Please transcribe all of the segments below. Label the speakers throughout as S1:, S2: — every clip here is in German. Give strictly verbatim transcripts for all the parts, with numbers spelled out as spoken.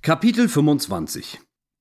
S1: Kapitel fünfundzwanzig.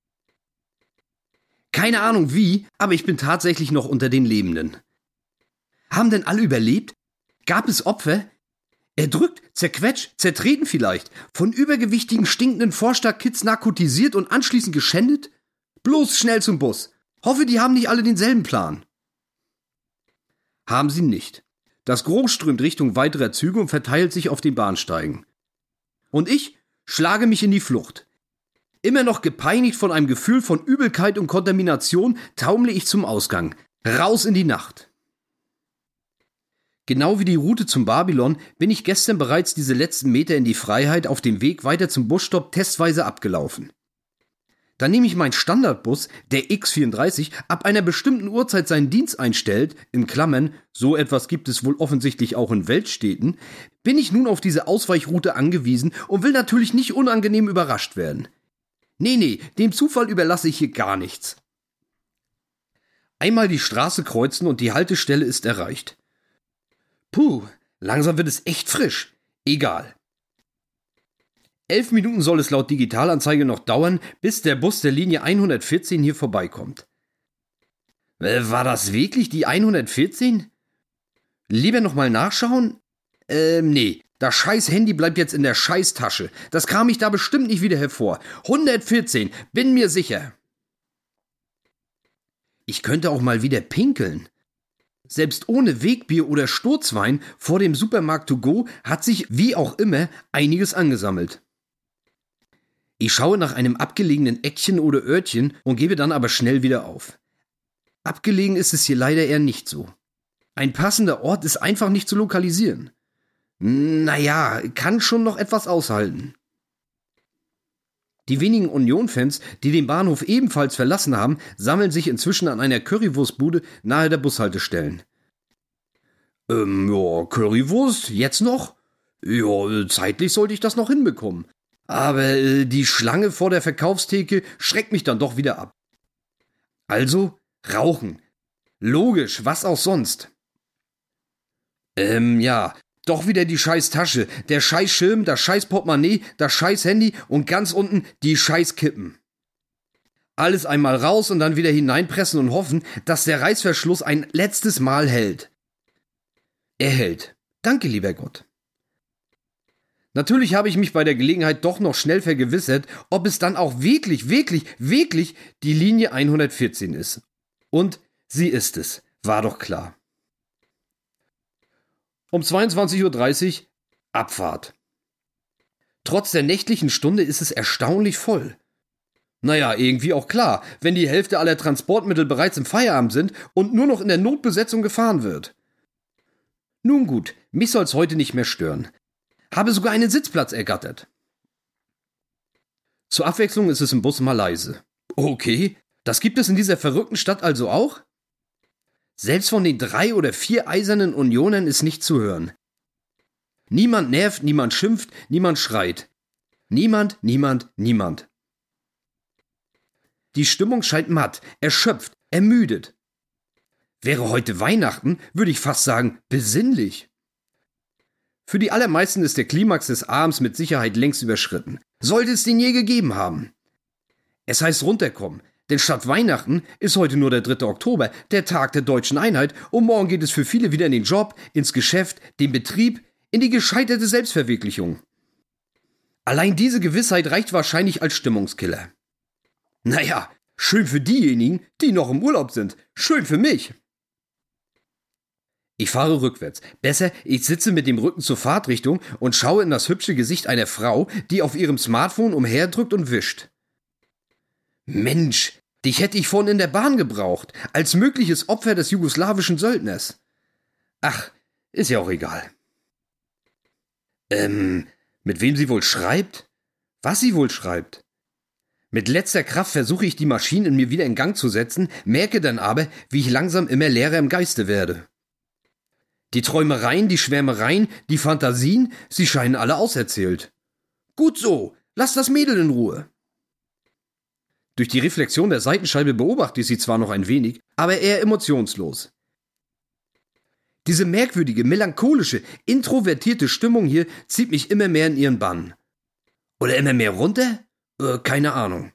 S1: Keine Ahnung wie, aber ich bin tatsächlich noch unter den Lebenden. Haben denn alle überlebt? Gab es Opfer? Erdrückt, zerquetscht, zertreten vielleicht, von übergewichtigen, stinkenden Vorstadtkids narkotisiert und anschließend geschändet? Bloß schnell zum Bus. Hoffe, die haben nicht alle denselben Plan. Haben sie nicht. Das Gros strömt Richtung weiterer Züge und verteilt sich auf den Bahnsteigen. Und ich schlage mich in die Flucht. Immer noch gepeinigt von einem Gefühl von Übelkeit und Kontamination taumle ich zum Ausgang. Raus in die Nacht. Genau wie die Route zum Babylon bin ich gestern bereits diese letzten Meter in die Freiheit auf dem Weg weiter zum Busstopp testweise abgelaufen. Dann nehme ich meinen Standardbus, der X vierunddreißig, ab einer bestimmten Uhrzeit seinen Dienst einstellt, in Klammern, so etwas gibt es wohl offensichtlich auch in Weltstädten, bin ich nun auf diese Ausweichroute angewiesen und will natürlich nicht unangenehm überrascht werden. Nee, nee, dem Zufall überlasse ich hier gar nichts. Einmal die Straße kreuzen und die Haltestelle ist erreicht. Puh, langsam wird es echt frisch. Egal. Elf Minuten soll es laut Digitalanzeige noch dauern, bis der Bus der Linie hundertvierzehn hier vorbeikommt. Äh, war das wirklich die hundertvierzehn? Lieber nochmal nachschauen? Ähm, nee. Das scheiß Handy bleibt jetzt in der Scheißtasche. Das kam ich da bestimmt nicht wieder hervor. hundertvierzehn, bin mir sicher. Ich könnte auch mal wieder pinkeln. Selbst ohne Wegbier oder Sturzwein vor dem Supermarkt to go hat sich, wie auch immer, einiges angesammelt. Ich schaue nach einem abgelegenen Eckchen oder Örtchen und gebe dann aber schnell wieder auf. Abgelegen ist es hier leider eher nicht so. Ein passender Ort ist einfach nicht zu lokalisieren. Naja, kann schon noch etwas aushalten. Die wenigen Union-Fans, die den Bahnhof ebenfalls verlassen haben, sammeln sich inzwischen an einer Currywurstbude nahe der Bushaltestellen. Ähm, ja, Currywurst? Jetzt noch? Ja, zeitlich sollte ich das noch hinbekommen. Aber äh, die Schlange vor der Verkaufstheke schreckt mich dann doch wieder ab. Also, rauchen. Logisch, was auch sonst. Ähm, ja... Doch wieder die scheiß Tasche, der scheiß Schirm, das scheiß Portemonnaie, das scheiß Handy und ganz unten die scheiß Kippen. Alles einmal raus und dann wieder hineinpressen und hoffen, dass der Reißverschluss ein letztes Mal hält. Er hält. Danke, lieber Gott. Natürlich habe ich mich bei der Gelegenheit doch noch schnell vergewissert, ob es dann auch wirklich, wirklich, wirklich die Linie hundertvierzehn ist. Und sie ist es, war doch klar. Um zweiundzwanzig Uhr dreißig Abfahrt. Trotz der nächtlichen Stunde ist es erstaunlich voll. Naja, irgendwie auch klar, wenn die Hälfte aller Transportmittel bereits im Feierabend sind und nur noch in der Notbesetzung gefahren wird. Nun gut, mich soll's heute nicht mehr stören. Habe sogar einen Sitzplatz ergattert. Zur Abwechslung ist es im Bus mal leise. Okay, das gibt es in dieser verrückten Stadt also auch? Selbst von den drei oder vier eisernen Unionern ist nicht zu hören. Niemand nervt, niemand schimpft, niemand schreit. Niemand, niemand, niemand. Die Stimmung scheint matt, erschöpft, ermüdet. Wäre heute Weihnachten, würde ich fast sagen, besinnlich. Für die allermeisten ist der Klimax des Abends mit Sicherheit längst überschritten. Sollte es den je gegeben haben. Es heißt runterkommen. Denn statt Weihnachten ist heute nur der dritte Oktober, der Tag der deutschen Einheit, und morgen geht es für viele wieder in den Job, ins Geschäft, den Betrieb, in die gescheiterte Selbstverwirklichung. Allein diese Gewissheit reicht wahrscheinlich als Stimmungskiller. Naja, schön für diejenigen, die noch im Urlaub sind. Schön für mich. Ich fahre rückwärts. Besser, ich sitze mit dem Rücken zur Fahrtrichtung und schaue in das hübsche Gesicht einer Frau, die auf ihrem Smartphone umherdrückt und wischt. Mensch, dich hätte ich vorhin in der Bahn gebraucht, als mögliches Opfer des jugoslawischen Söldners. Ach, ist ja auch egal. Ähm, mit wem sie wohl schreibt? Was sie wohl schreibt? Mit letzter Kraft versuche ich die Maschinen in mir wieder in Gang zu setzen, merke dann aber, wie ich langsam immer leerer im Geiste werde. Die Träumereien, die Schwärmereien, die Fantasien, sie scheinen alle auserzählt. Gut so, lass das Mädel in Ruhe. Durch die Reflexion der Seitenscheibe beobachte ich sie zwar noch ein wenig, aber eher emotionslos. Diese merkwürdige, melancholische, introvertierte Stimmung hier zieht mich immer mehr in ihren Bann. Oder immer mehr runter? Äh, keine Ahnung.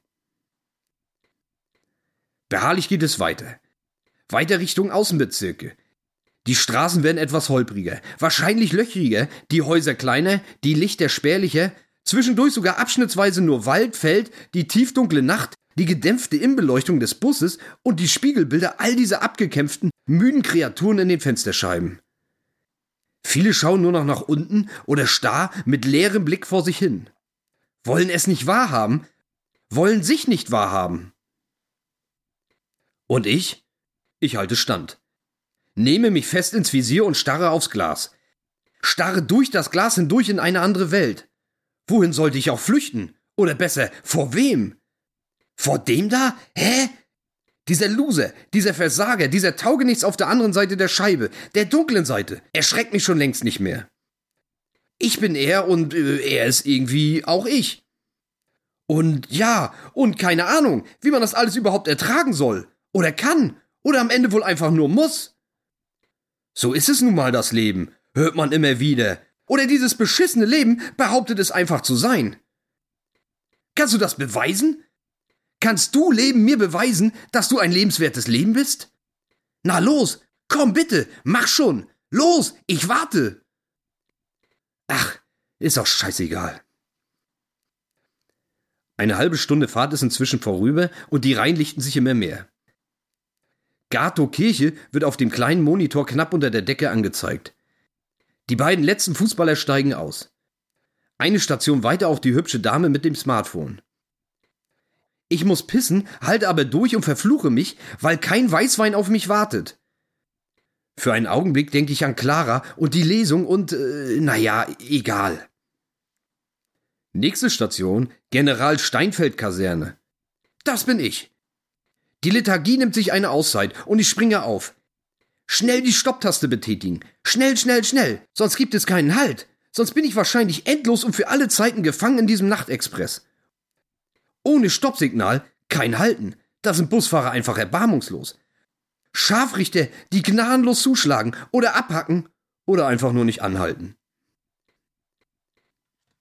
S1: Beharrlich geht es weiter. Weiter Richtung Außenbezirke. Die Straßen werden etwas holpriger, wahrscheinlich löchriger, die Häuser kleiner, die Lichter spärlicher, zwischendurch sogar abschnittsweise nur Wald, Feld, die tiefdunkle Nacht, die gedämpfte Innenbeleuchtung des Busses und die Spiegelbilder all dieser abgekämpften, müden Kreaturen in den Fensterscheiben. Viele schauen nur noch nach unten oder starr mit leerem Blick vor sich hin. Wollen es nicht wahrhaben, wollen sich nicht wahrhaben. Und ich? Ich halte Stand. Nehme mich fest ins Visier und starre aufs Glas. Starre durch das Glas hindurch in eine andere Welt. Wohin sollte ich auch flüchten? Oder besser, vor wem? Vor dem da? Hä? Dieser Loser, dieser Versager, dieser Taugenichts auf der anderen Seite der Scheibe, der dunklen Seite, erschreckt mich schon längst nicht mehr. Ich bin er und äh, er ist irgendwie auch ich. Und ja, und keine Ahnung, wie man das alles überhaupt ertragen soll. Oder kann. Oder am Ende wohl einfach nur muss. So ist es nun mal, das Leben, hört man immer wieder. Oder dieses beschissene Leben behauptet es einfach zu sein. Kannst du das beweisen? Kannst du, Leben, mir beweisen, dass du ein lebenswertes Leben bist? Na los, komm bitte, mach schon. Los, ich warte. Ach, ist auch scheißegal. Eine halbe Stunde Fahrt ist inzwischen vorüber und die Reihen lichten sich immer mehr. Gatow Kirche wird auf dem kleinen Monitor knapp unter der Decke angezeigt. Die beiden letzten Fußballer steigen aus. Eine Station weiter auch die hübsche Dame mit dem Smartphone. Ich muss pissen, halte aber durch und verfluche mich, weil kein Weißwein auf mich wartet. Für einen Augenblick denke ich an Clara und die Lesung und, äh, naja, egal. Nächste Station, General Steinfeld-Kaserne. Das bin ich. Die Lethargie nimmt sich eine Auszeit und ich springe auf. Schnell die Stopptaste betätigen. Schnell, schnell, schnell. Sonst gibt es keinen Halt. Sonst bin ich wahrscheinlich endlos und für alle Zeiten gefangen in diesem Nachtexpress. Ohne Stoppsignal kein Halten. Da sind Busfahrer einfach erbarmungslos. Scharfrichter, die gnadenlos zuschlagen oder abhacken oder einfach nur nicht anhalten.